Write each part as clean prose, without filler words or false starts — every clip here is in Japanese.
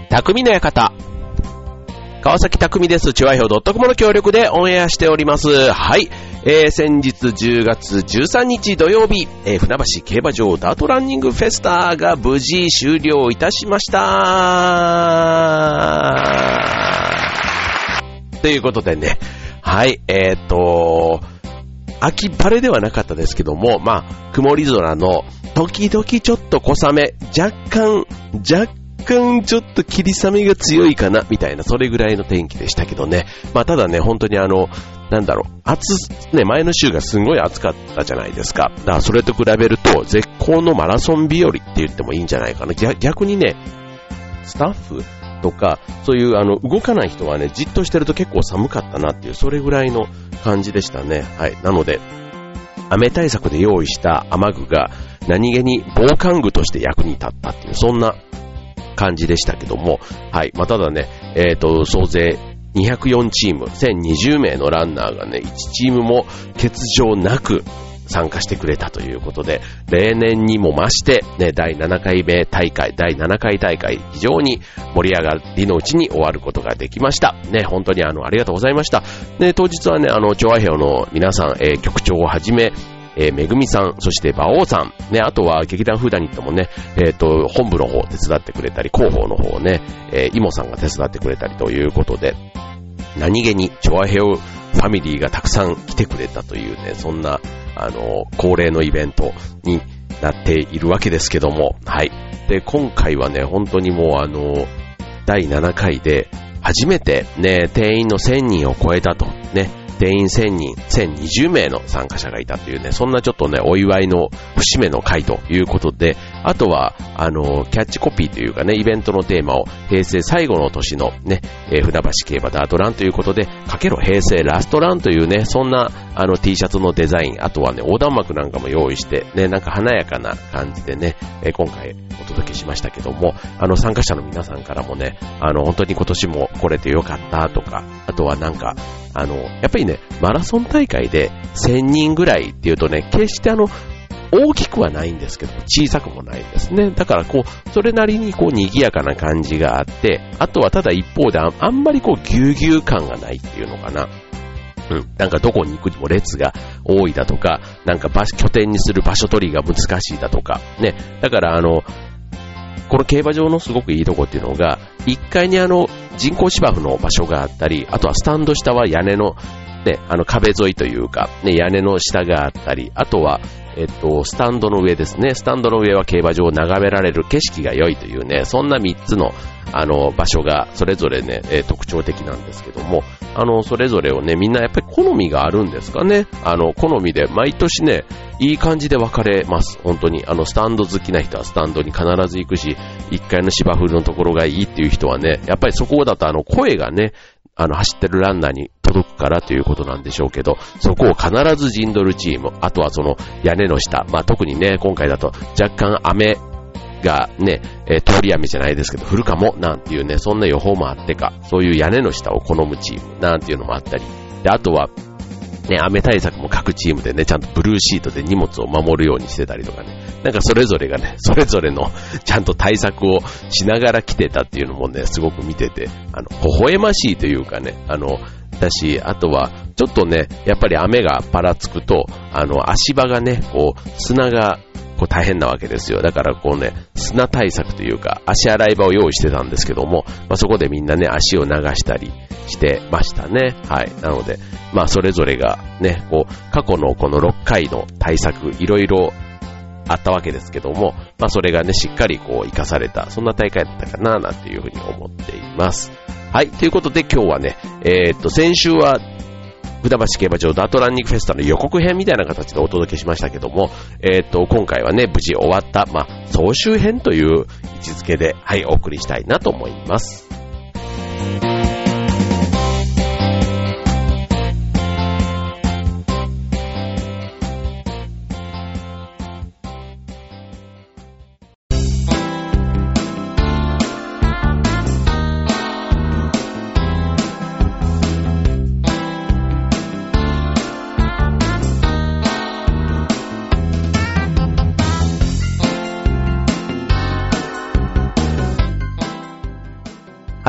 匠の館。川崎匠です。チュアヒョウ.comの協力でオンエアしております。はい。先日10月13日土曜日、船橋競馬場ダートランニングフェスタが無事終了いたしました。ということでね、はい、秋晴れではなかったですけども、まあ、曇り空の時々ちょっと小雨、若干ちょっと霧雨が強いかなみたいな、それぐらいの天気でしたけどね。まあただね、本当に前の週がすごい暑かったじゃないですか。だからそれと比べると絶好のマラソン日和って言ってもいいんじゃないかな。逆にね、スタッフとかそういう動かない人はね、じっとしてると結構寒かったなっていう、それぐらいの感じでしたね。はい。なので雨対策で用意した雨具が何気に防寒具として役に立ったっていう、そんな感じでしたけども、はい。まあ、ただね、総勢204チーム、1020名のランナーがね、1チームも欠場なく参加してくれたということで、例年にも増して、ね、第7回大会、非常に盛り上がりのうちに終わることができました。ね、本当にありがとうございました。ね、当日はね、チョアヘオの皆さん、局長をはじめ、めぐみさん、そして馬王さん、ね、あとは劇団フーダニットもね、本部の方を手伝ってくれたり、広報の方をね、イモさんが手伝ってくれたりということで、何気にチョアヘオファミリーがたくさん来てくれたというね、そんな、恒例のイベントになっているわけですけども、はい。で、今回はね、本当にもう第7回で、初めてね、定員の1000人を超えたと、ね、定員1000人、1020名の参加者がいたというね、そんなちょっとね、お祝いの節目の回ということで、あとは、キャッチコピーというかね、イベントのテーマを平成最後の年のね、船橋競馬ダートランということで、かけろ平成ラストランというね、そんなT シャツのデザイン、あとはね、横断幕なんかも用意して、ね、なんか華やかな感じでね、今回お届けしましたけども、参加者の皆さんからもね、本当に今年も来れてよかったとか、あとはなんか、やっぱりね、マラソン大会で1000人ぐらいっていうとね、決して大きくはないんですけど、小さくもないんですね。だからそれなりに賑やかな感じがあって、あとはただ一方であんまりぎゅうぎゅう感がないっていうのかな。なんかどこに行くにも列が多いだとか、なんか拠点にする場所取りが難しいだとか、ね。だからこの競馬場のすごくいいとこっていうのが、1階に人工芝生の場所があったり、あとはスタンド下は屋根の、ね、壁沿いというか、ね、屋根の下があったり、あとは、スタンドの上ですね。スタンドの上は競馬場を眺められる景色が良いというね、そんな3つの、場所がそれぞれね、特徴的なんですけども、それぞれをね、みんなやっぱり好みがあるんですかね。好みで毎年ね、いい感じで分かれます。本当に。スタンド好きな人はスタンドに必ず行くし、1階の芝生のところがいいっていう人はね、やっぱりそこだと声がね、走ってるランナーに届くからということなんでしょうけど、そこを必ず陣取るチーム、あとはその屋根の下、まあ特にね、今回だと若干雨がね、通り雨じゃないですけど降るかもなんていうね、そんな予報もあってか、そういう屋根の下を好むチームなんていうのもあったり、であとはね、雨対策も各チームでね、ちゃんとブルーシートで荷物を守るようにしてたりとかね、なんかそれぞれがね、それぞれのちゃんと対策をしながら来てたっていうのもね、すごく見てて、微笑ましいというかね、だし、あとは、ちょっとね、やっぱり雨がパラつくと、足場がね、砂が、大変なわけですよ。だからね、砂対策というか、足洗い場を用意してたんですけども、まあ、そこでみんなね、足を流したりしてましたね。はい。なので、まあ、それぞれがね、過去のこの6回の対策、いろいろあったわけですけども、まあ、それがね、しっかり活かされた、そんな大会だったかな、なんていうふうに思っています。はい。ということで今日はね、先週は、船橋競馬場ダートランニングフェスタの予告編みたいな形でお届けしましたけども、今回はね、無事終わった、まあ、総集編という位置づけで、はい、お送りしたいなと思います。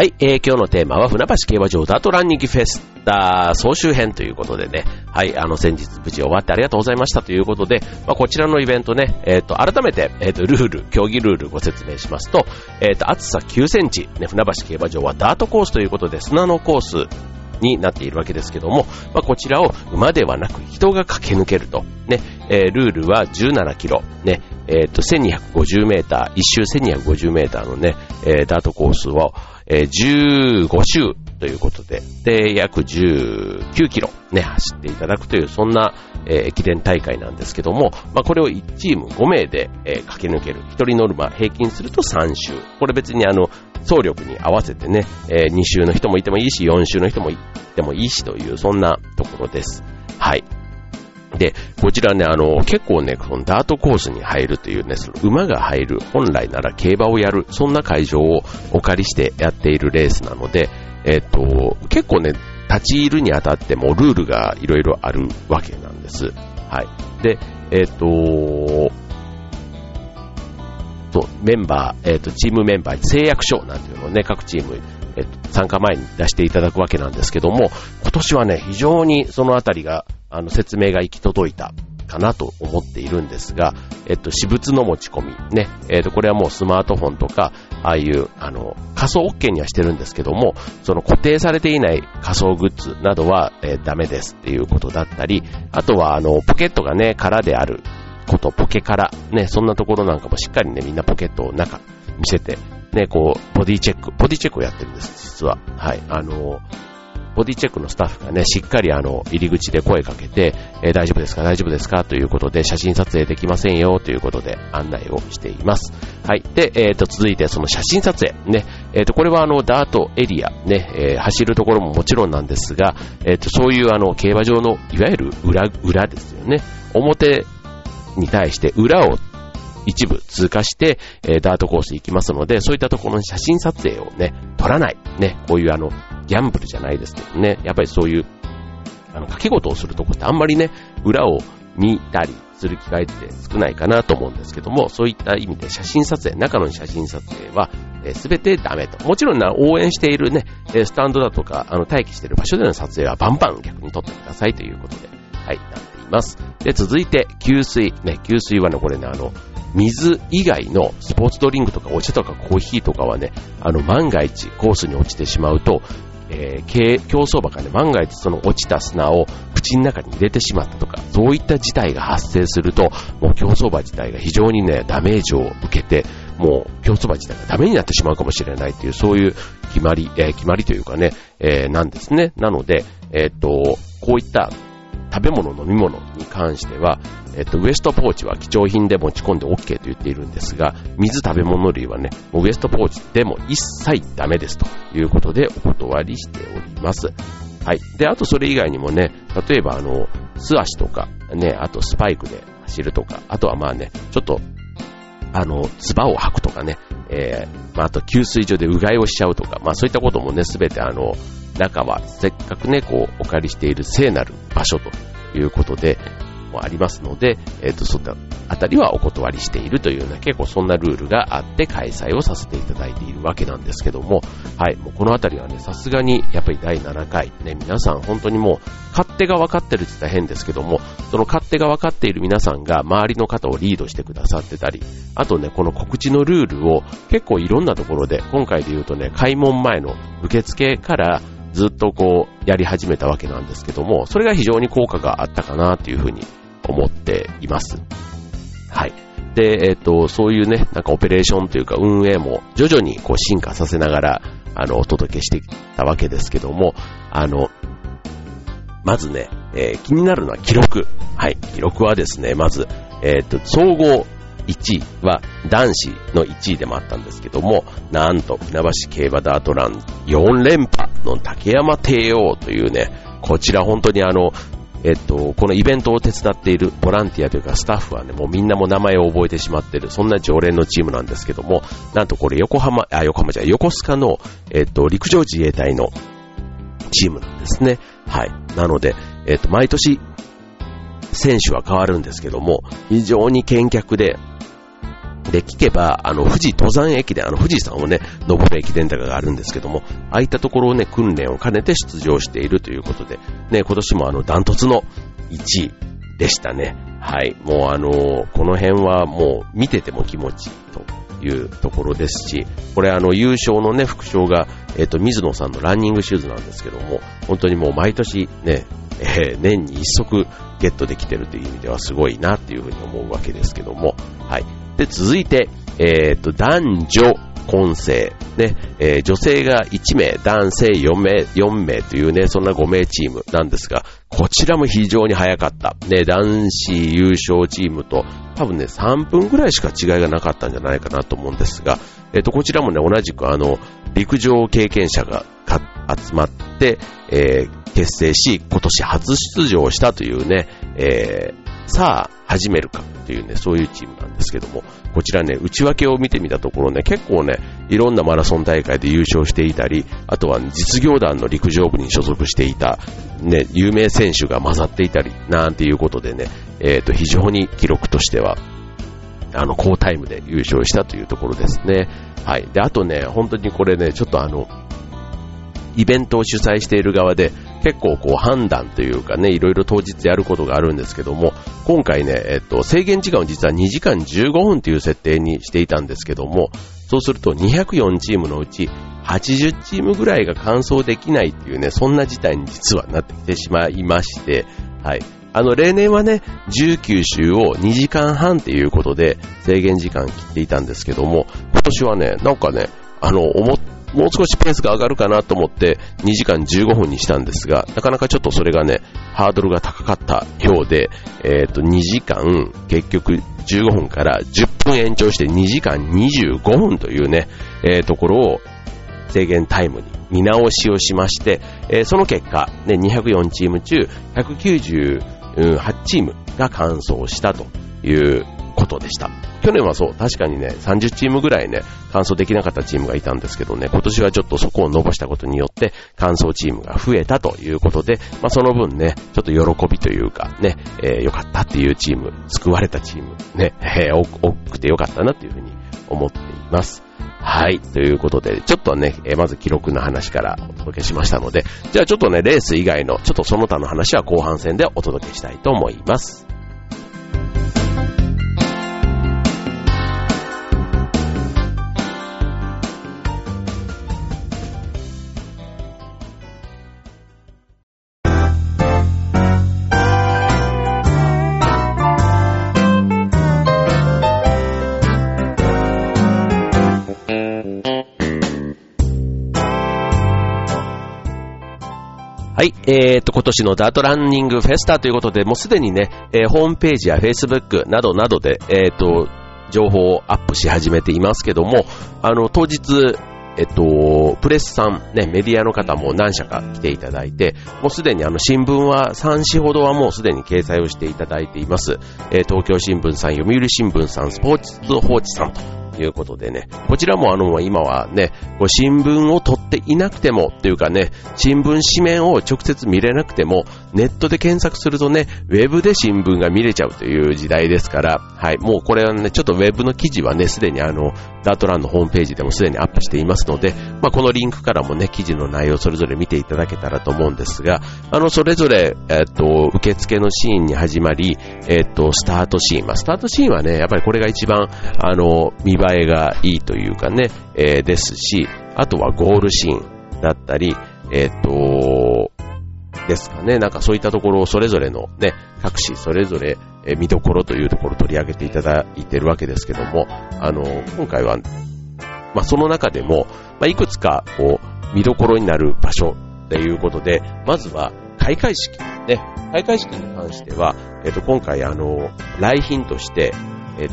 はい、今日のテーマは船橋競馬場ダートラン人気フェスタ総集編ということでね、はい、先日無事終わってありがとうございましたということで、こちらのイベントね、改めて、競技ルールご説明しますと、厚さ9センチ、ね、船橋競馬場はダートコースということで砂のコースになっているわけですけども、こちらを馬ではなく人が駆け抜けると、ね、ルールは17キロ、ね、1250メーター、一周1250メーターのね、ダートコースを、15周ということで、約19キロね、走っていただくという、そんな、駅伝大会なんですけども、これを1チーム5名で、駆け抜ける。1人乗る馬、平均すると3周。これ別に走力に合わせてね、2周の人もいてもいいし、4周の人もいてもいいしという、そんなところです。はい。で、こちらね、結構ね、このダートコースに入るというね、その馬が入る、本来なら競馬をやる、そんな会場をお借りしてやっているレースなので、結構ね、立ち入るにあたってもルールがいろいろあるわけなんです。はい。で、メンバー、チームメンバーに誓約書なんていうのをね、各チーム、参加前に出していただくわけなんですけども、今年はね、非常にそのあたりが、説明が行き届いたかなと思っているんですが、私物の持ち込み、ね、これはもうスマートフォンとか、ああいう、仮想 OK にはしてるんですけども、その固定されていない仮想グッズなどは、ダメですっていうことだったり、あとは、ポケットがね、空であること、ポケカラ、ね、そんなところなんかもしっかりね、みんなポケットを中見せて、ね、こう、ボディチェックをやってるんです、実は。はい。ボディチェックのスタッフがね、しっかり入り口で声かけて、大丈夫ですか大丈夫ですかということで、写真撮影できませんよということで案内をしています。はい。で、続いてその写真撮影。ね。これはダートエリア、ね、走るところももちろんなんですが、そういう競馬場のいわゆる裏ですよね。表に対して裏を一部通過して、ダートコース行きますので、そういったところの写真撮影をね、撮らない。ね、こういうギャンブルじゃないですけどね、やっぱりそういう、賭け事をするとこってあんまりね、裏を見たりする機会って少ないかなと思うんですけども、そういった意味で写真撮影、中の写真撮影は、すべてダメと。もちろん応援しているね、スタンドだとか、待機している場所での撮影はバンバン逆に撮ってくださいということで、はい、なっています。で、続いて、給水。ね、給水はね、これね、水以外のスポーツドリンクとかお茶とかコーヒーとかはね、万が一コースに落ちてしまうと、競走馬がね、万が一その落ちた砂を口の中に入れてしまったとか、そういった事態が発生すると、もう競走馬自体が非常にね、ダメージを受けて、もう競走馬自体がダメになってしまうかもしれないという、そういう決まりというかね、なんですね。なので、こういった食べ物、飲み物に関しては、ウエストポーチは貴重品で持ち込んで OK と言っているんですが、水食べ物類はね、ウエストポーチでも一切ダメですということでお断りしております。はい。で、あとそれ以外にもね、例えば素足とか、ね、あとスパイクで走るとか、あとはまあね、ちょっと、唾を吐くとかね、あと給水所でうがいをしちゃうとか、そういったこともね、すべて中はせっかくね、こう、お借りしている聖なる場所ということで、もありますので、そんなあたりはお断りしているというような、結構そんなルールがあって開催をさせていただいているわけなんですけども、はい、もうこのあたりはね、さすがにやっぱり第7回、ね、皆さん本当にもう、勝手が分かってるって言ったら変ですけども、その勝手が分かっている皆さんが周りの方をリードしてくださってたり、あとね、この告知のルールを結構いろんなところで、今回で言うとね、開門前の受付からずっとこう、やり始めたわけなんですけども、それが非常に効果があったかなというふうに思っています。はい。で、そういうね、なんかオペレーションというか運営も徐々にこう進化させながら、お届けしてきたわけですけども、まずね、気になるのは記録。はい。記録はですね、まず、総合1位は男子の1位でもあったんですけども、なんと船橋競馬ダートラン4連覇の竹山帝王というね、こちら本当にこのイベントを手伝っているボランティアというかスタッフはね、もうみんなも名前を覚えてしまってる、そんな常連のチームなんですけども、なんとこれ横須賀の、陸上自衛隊のチームなんですね。はい。なので、毎年、選手は変わるんですけども、非常に健脚で、 で、聞けば、富士登山駅伝、富士山をね、登る駅伝とかがあるんですけども、ああいったところをね、訓練を兼ねて出場しているということで、ね、今年もダントツの1位でしたね。はい。もうこの辺はもう見てても気持ちいいというところですし、これ優勝のね、副賞が、水野さんのランニングシューズなんですけども、本当にもう毎年ね、年に一足ゲットできてるという意味ではすごいなっていうふうに思うわけですけども、はい。で、続いて、男女混成、ね、女性が1名、男性4名というね、そんな5名チームなんですが、こちらも非常に早かった。ね、男子優勝チームと、多分ね、3分ぐらいしか違いがなかったんじゃないかなと思うんですが、こちらもね、同じく陸上経験者が集まって、結成し、今年初出場したというね、さあ始めるかというね、そういうチームなんですけども、こちらね、内訳を見てみたところね、結構ね、いろんなマラソン大会で優勝していたり、あとは、ね、実業団の陸上部に所属していた、ね、有名選手が混ざっていたり、なんていうことでね、非常に記録としては、好タイムで優勝したというところですね。はい。で、あとね、本当にこれね、ちょっとイベントを主催している側で結構こう判断というかね、いろいろ当日やることがあるんですけども、今回ね、制限時間を実は2時間15分という設定にしていたんですけども、そうすると204チームのうち80チームぐらいが完走できないっていうね、そんな事態に実はなってきてしまいまして、はい。例年はね、19周を2時間半っていうことで制限時間切っていたんですけども、今年はね、なんかね、もう少しペースが上がるかなと思って2時間15分にしたんですが、なかなかちょっとそれがね、ハードルが高かったようで、2時間結局15分から10分延長して2時間25分というね、ところを制限タイムに見直しをしまして、その結果、ね、204チーム中198チームが完走したということでした。去年はそう、確かにね、30チームぐらいね、完走できなかったチームがいたんですけどね、今年はちょっとそこを伸ばしたことによって、完走チームが増えたということで、まあその分ね、ちょっと喜びというかね、良かったっていうチーム、救われたチーム、ね、多くて良かったなっていうふうに思っています。はい。ということで、ちょっとね、まず記録の話からお届けしましたので、じゃあちょっとね、レース以外の、ちょっとその他の話は後半戦でお届けしたいと思います。はい、今年のダートランニングフェスタということで、もうすでにね、ホームページやフェイスブックなどなどで、情報をアップし始めていますけども、当日、プレスさん、ね、メディアの方も何社か来ていただいて、もうすでに新聞は3紙ほどはもうすでに掲載をしていただいています。東京新聞さん、読売新聞さん、スポーツ報知さんということでね、こちらも今はね、新聞を取っていなくてもっていうかね、新聞紙面を直接見れなくても、ネットで検索するとね、ウェブで新聞が見れちゃうという時代ですから、はい、もうこれはね、ちょっとウェブの記事はね、すでにダートランのホームページでもすでにアップしていますので、まあ、このリンクからもね、記事の内容をそれぞれ見ていただけたらと思うんですが、それぞれ、受付のシーンに始まり、スタートシーン。まあ、スタートシーンはね、やっぱりこれが一番、見栄えがいいというかね、ですし、あとはゴールシーンだったり、ですかね。なんかそういったところをそれぞれのね、各紙それぞれ見どころというところを取り上げていただいているわけですけども、今回は、まあ、その中でも、まあ、いくつかこう見どころになる場所ということで、まずは開会式ね。開会式に関しては、今回来賓として、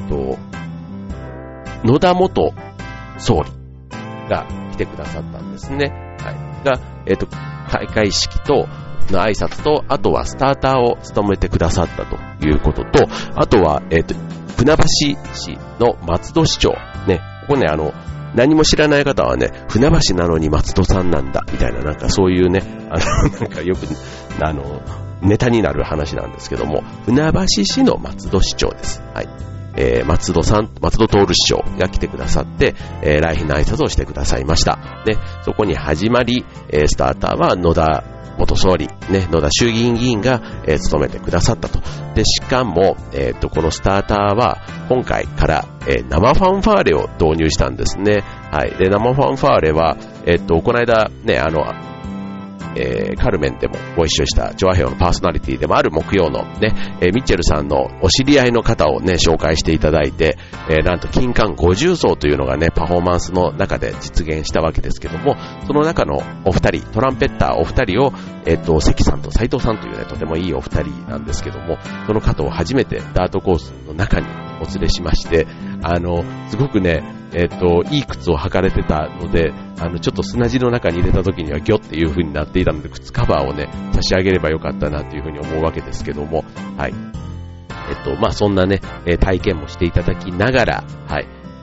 野田元総理が来てくださったんですね。はい。が、開会式との挨拶と、あとはスターターを務めてくださったということと、あとは、船橋市の松戸市長。ね。ここね、何も知らない方はね、船橋なのに松戸さんなんだ、みたいな、なんかそういうね、なんかよく、ネタになる話なんですけども、船橋市の松戸市長です。はい。 松戸徹師匠が来てくださって、来賓の挨拶をしてくださいました。で、そこに始まり、スターターは野田元総理、ね、野田衆議院議員が、務めてくださったと。で、しかも、このスターターは、今回から、生ファンファーレを導入したんですね。はい。で、生ファンファーレは、この間、ね、カルメンでもご一緒したジョアヘオのパーソナリティでもある木曜のね、ミッチェルさんのお知り合いの方をね、紹介していただいて、なんと金管50層というのがね、パフォーマンスの中で実現したわけですけども、その中のお二人、トランペッターお二人を、関さんと斉藤さんというね、とてもいいお二人なんですけども、その方を初めてダートコースの中にお連れしまして、すごくね、いい靴を履かれてたので、ちょっと砂地の中に入れた時にはギョっていう風になっていたので、靴カバーをね、差し上げればよかったなという風に思うわけですけども、はい。まあ、そんなね、体験もしていただきながら、はい。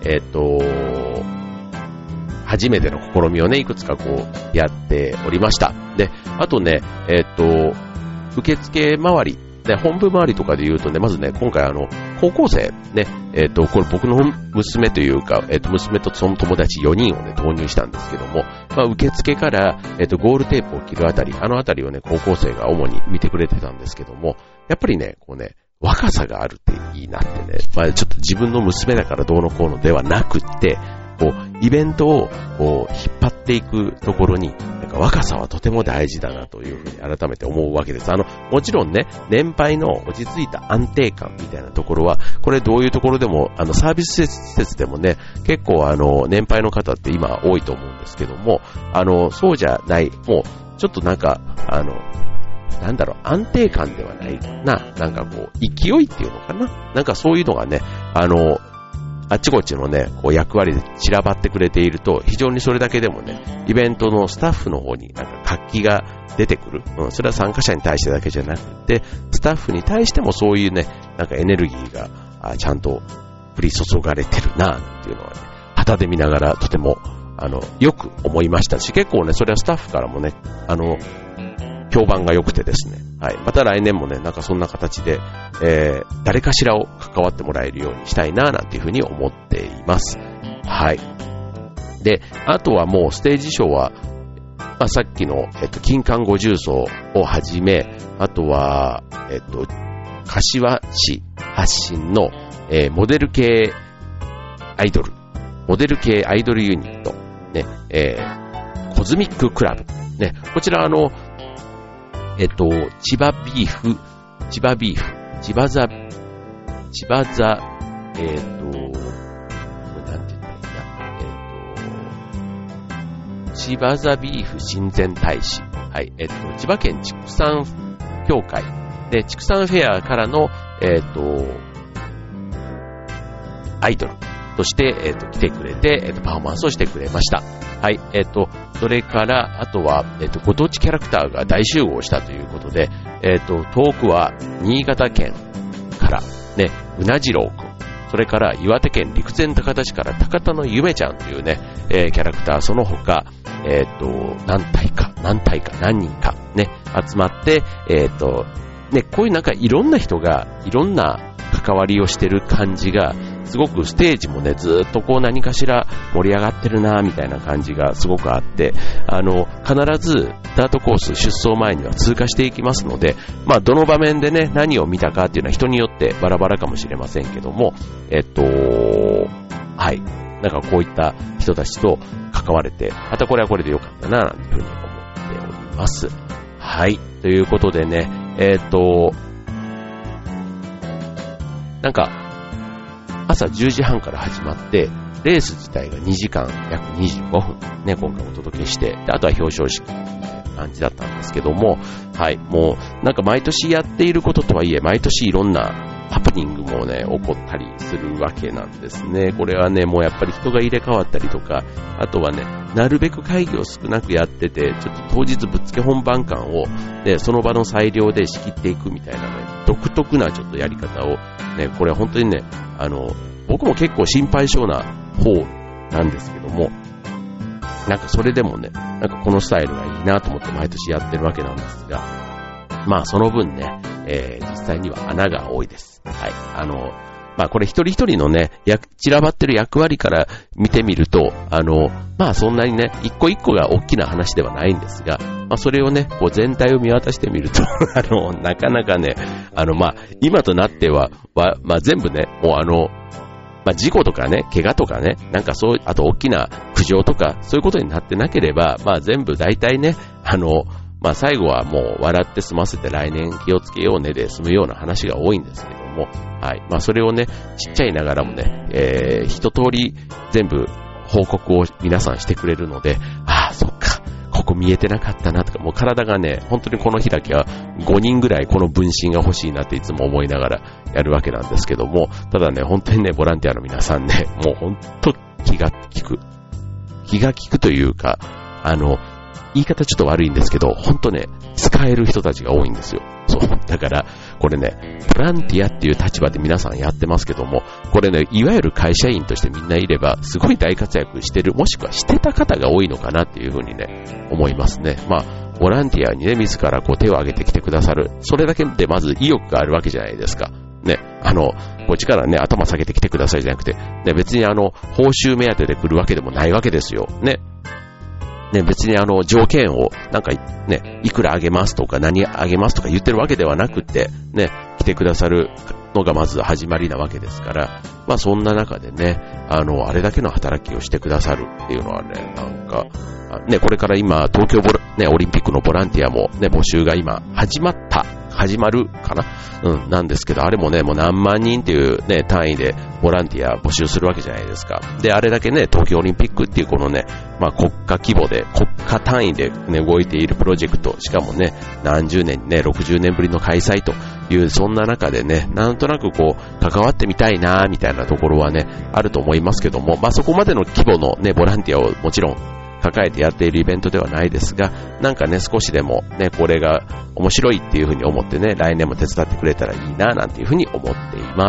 初めての試みをね、いくつかこう、やっておりました。で、あとね、受付周り、ね、本部周りとかで言うとね、まずね、今回高校生、ね、これ僕の娘というか、娘とその友達4人をね、投入したんですけども、まあ、受付から、ゴールテープを切るあたりをね、高校生が主に見てくれてたんですけども、やっぱりね、こうね、若さがあるっていいなってね、まあ、ちょっと自分の娘だからどうのこうのではなくって、こう、イベントをこう引っ張っていくところに、なんか若さはとても大事だなというふうに改めて思うわけです。もちろんね、年配の落ち着いた安定感みたいなところは、これどういうところでも、サービス施設でもね、結構年配の方って今多いと思うんですけども、そうじゃない、もう、ちょっとなんか、なんだろう、安定感ではないな、なんかこう、勢いっていうのかな、なんかそういうのがね、あっちこっちのね、こう役割で散らばってくれていると、非常にそれだけでもね、イベントのスタッフの方になんか活気が出てくる。それは参加者に対してだけじゃなくて、スタッフに対してもそういうね、なんかエネルギーがちゃんと降り注がれてるなっていうのはね、旗で見ながらとても、よく思いましたし、結構ね、それはスタッフからもね、評判が良くてですね。はい。また来年もね、なんかそんな形で、誰かしらを関わってもらえるようにしたいな、なんていうふうに思っています。はい。で、あとはもうステージショーは、まあ、さっきの、金環50層をはじめ、あとは、柏市発信の、モデル系アイドルユニット、ね、コズミッククラブ、ね、こちら千葉座、なんて言ったらいいな、千葉座ビーフ親善大使、はい、千葉県畜産協会で、畜産フェアからの、アイドルとして、来てくれて、パフォーマンスをしてくれました。はい、それから、あとは、ご当地キャラクターが大集合したということで、遠くは新潟県から、ね、うなじろうくん、それから岩手県陸前高田市から高田のゆめちゃんというね、キャラクター、その他、何人か、ね、集まって、ね、こういうなんかいろんな人が、いろんな関わりをしてる感じが、すごくステージもね、ずっとこう何かしら盛り上がってるなみたいな感じがすごくあって、必ずダートコース出走前には通過していきますので、まあどの場面でね、何を見たかっていうのは人によってバラバラかもしれませんけども、はい。なんかこういった人たちと関われて、またこれはこれでよかったななんていうふうに思っております。はい。ということでね、なんか、朝10時半から始まって、レース自体が2時間約25分ね、今回お届けして、であとは表彰式みたいな感じだったんですけども、はい、もうなんか毎年やっていることとはいえ、毎年いろんなハプニングもね、起こったりするわけなんですね。これはね、もうやっぱり人が入れ替わったりとか、あとはね、なるべく会議を少なくやってて、ちょっと当日ぶっつけ本番感を、ね、その場の裁量で仕切っていくみたいなね、独特なちょっとやり方を、ね、これは本当にね、僕も結構心配性な方なんですけども、なんかそれでもね、なんかこのスタイルがいいなと思って毎年やってるわけなんですが、まあその分ね、実際には穴が多いです。はい。 まあこれ一人一人のね、散らばってる役割から見てみると、まあそんなにね、一個一個が大きな話ではないんですが、まあそれをね、こう全体を見渡してみると、なかなかね、まあ今となっては、まあ全部ね、もうまあ事故とかね、怪我とかね、なんかそう、あと大きな苦情とか、そういうことになってなければ、まあ全部大体ね、まあ最後はもう笑って済ませて来年気をつけようねで済むような話が多いんですけども、はい。まあそれをね、ちっちゃいながらもね、一通り全部報告を皆さんしてくれるので、ああ、そっか、ここ見えてなかったなとか、もう体がね、本当にこの日だけは5人ぐらいこの分身が欲しいなっていつも思いながらやるわけなんですけども、ただね、本当にね、ボランティアの皆さんね、もう本当気が利くというか、言い方ちょっと悪いんですけど、ほんとね、使える人たちが多いんですよ。そう。だから、これね、ボランティアっていう立場で皆さんやってますけども、これね、いわゆる会社員としてみんないれば、すごい大活躍してる、もしくはしてた方が多いのかなっていうふうにね、思いますね。まあ、ボランティアにね、自らこう手を挙げてきてくださる。それだけでまず意欲があるわけじゃないですか。ね、こっちからね、頭下げてきてくださいじゃなくて、ね、別に報酬目当てで来るわけでもないわけですよ。ね。ね、別に条件をなんかね、いくらあげますとか何あげますとか言ってるわけではなくて、ね、来てくださるのがまず始まりなわけですから、まあそんな中でね、あれだけの働きをしてくださるっていうのはね、なんか、ね、これから今東京ね、オリンピックのボランティアもね、募集が今始まるかな、なんですけど、あれもね、もう何万人っていうね、単位でボランティア募集するわけじゃないですか。で、あれだけね、東京オリンピックっていうこのね、まあ国家規模で、国家単位でね、動いているプロジェクト、しかもね、何十年ね、60年ぶりの開催という、そんな中でね、なんとなくこう、関わってみたいなみたいなところはね、あると思いますけども、まあそこまでの規模のね、ボランティアをもちろん、抱えてやっているイベントではないですが、なんかね、少しでもね、これが面白いっていうふうに思ってね、来年も手伝ってくれたらいいな、なんていうふうに思っています。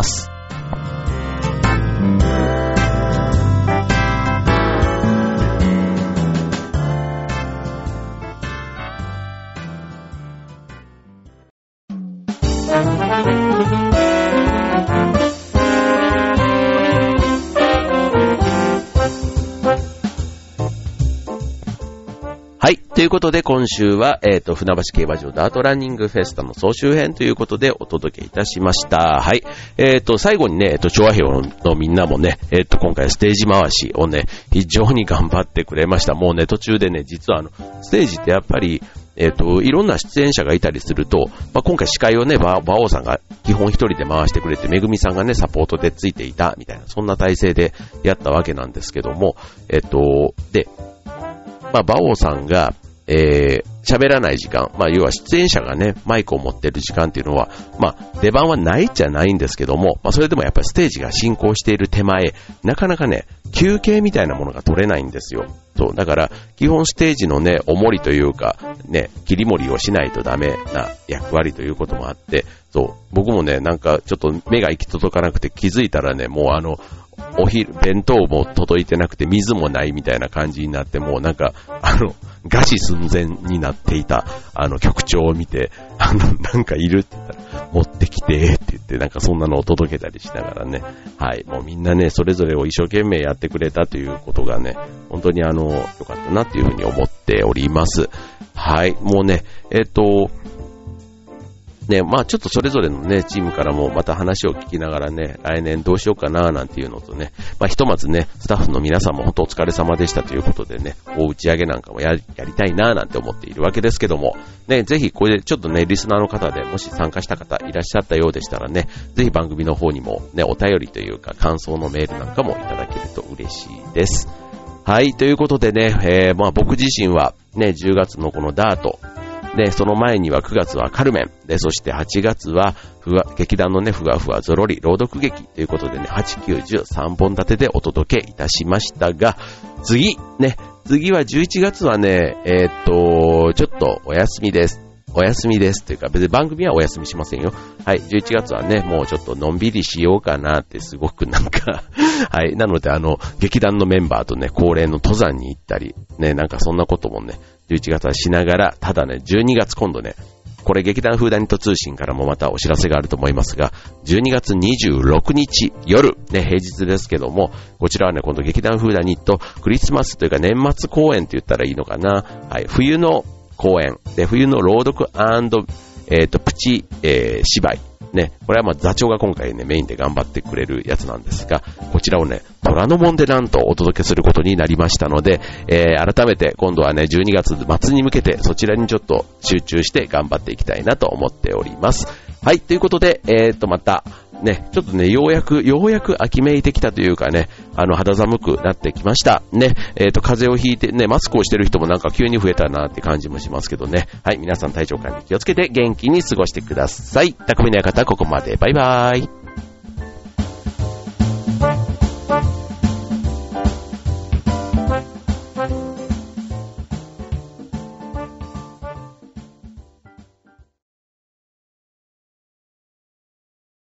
はい。ということで、今週は、船橋競馬場ダートランニングフェスタの総集編ということでお届けいたしました。はい。最後にね、調和表のみんなもね、今回ステージ回しをね、非常に頑張ってくれました。もうね、途中でね、実はステージってやっぱり、いろんな出演者がいたりすると、まあ、今回司会をね、馬王さんが基本一人で回してくれて、めぐみさんがね、サポートでついていた、みたいな、そんな体制でやったわけなんですけども、で、まあ、馬王さんが、喋らない時間、まあ、要は出演者がね、マイクを持ってる時間っていうのは、まあ、出番はないじゃないんですけども、まあ、それでもやっぱりステージが進行している手前、なかなかね、休憩みたいなものが取れないんですよ。そう、だから、基本ステージのね、おもりというか、ね、切り盛りをしないとダメな役割ということもあって、そう、僕もね、なんかちょっと目が行き届かなくて気づいたらね、もうお昼、弁当も届いてなくて水もないみたいな感じになって、もうなんか、餓死寸前になっていた、局長を見て、なんかいるって言ったら、持ってきて、って言って、なんかそんなのを届けたりしながらね、はい、もうみんなね、それぞれを一生懸命やってくれたということがね、本当に良かったなっていうふうに思っております。はい、もうね、ね、まあちょっとそれぞれのね、チームからもまた話を聞きながらね、来年どうしようかななんていうのとね、まあひとまずね、スタッフの皆さんも本当お疲れ様でしたということでね、打ち上げなんかもやりたいななんて思っているわけですけども、ね、ぜひこれでちょっとね、リスナーの方でもし参加した方いらっしゃったようでしたらね、ぜひ番組の方にもね、お便りというか感想のメールなんかもいただけると嬉しいです。はい、ということでね、まあ僕自身はね、10月のこのダート、で、その前には9月はカルメン。で、そして8月は劇団のね、ふわふわゾロリ朗読劇ということでね、8、9、10、3本立てでお届けいたしましたが、次は11月はね、ちょっとお休みです。お休みですというか、別に番組はお休みしませんよ。はい、11月はね、もうちょっとのんびりしようかなってすごくなんか、はい、なので劇団のメンバーとね、恒例の登山に行ったり、ね、なんかそんなこともね、11月はしながら、ただね、12月今度ね、 これ劇団フーダニット通信からもまたお知らせがあると思いますが、12月26日夜、ね、平日ですけども、こちらはね、今度劇団フーダニットクリスマスというか年末公演って言ったらいいのかな。はい、冬の公演で、冬の朗読プチ、芝居。ね、これは座長が今回ね、メインで頑張ってくれるやつなんですが、こちらをね、虎ノ門でなんとお届けすることになりましたので、改めて今度はね、12月末に向けてそちらにちょっと集中して頑張っていきたいなと思っております。はい、ということで、また、ね、ちょっとね、ようやく秋めいてきたというかね、肌寒くなってきました。ね、風邪をひいてね、マスクをしてる人もなんか急に増えたなって感じもしますけどね。はい、皆さん体調管理気をつけて元気に過ごしてください。匠の館、ここまで。バイバーイ。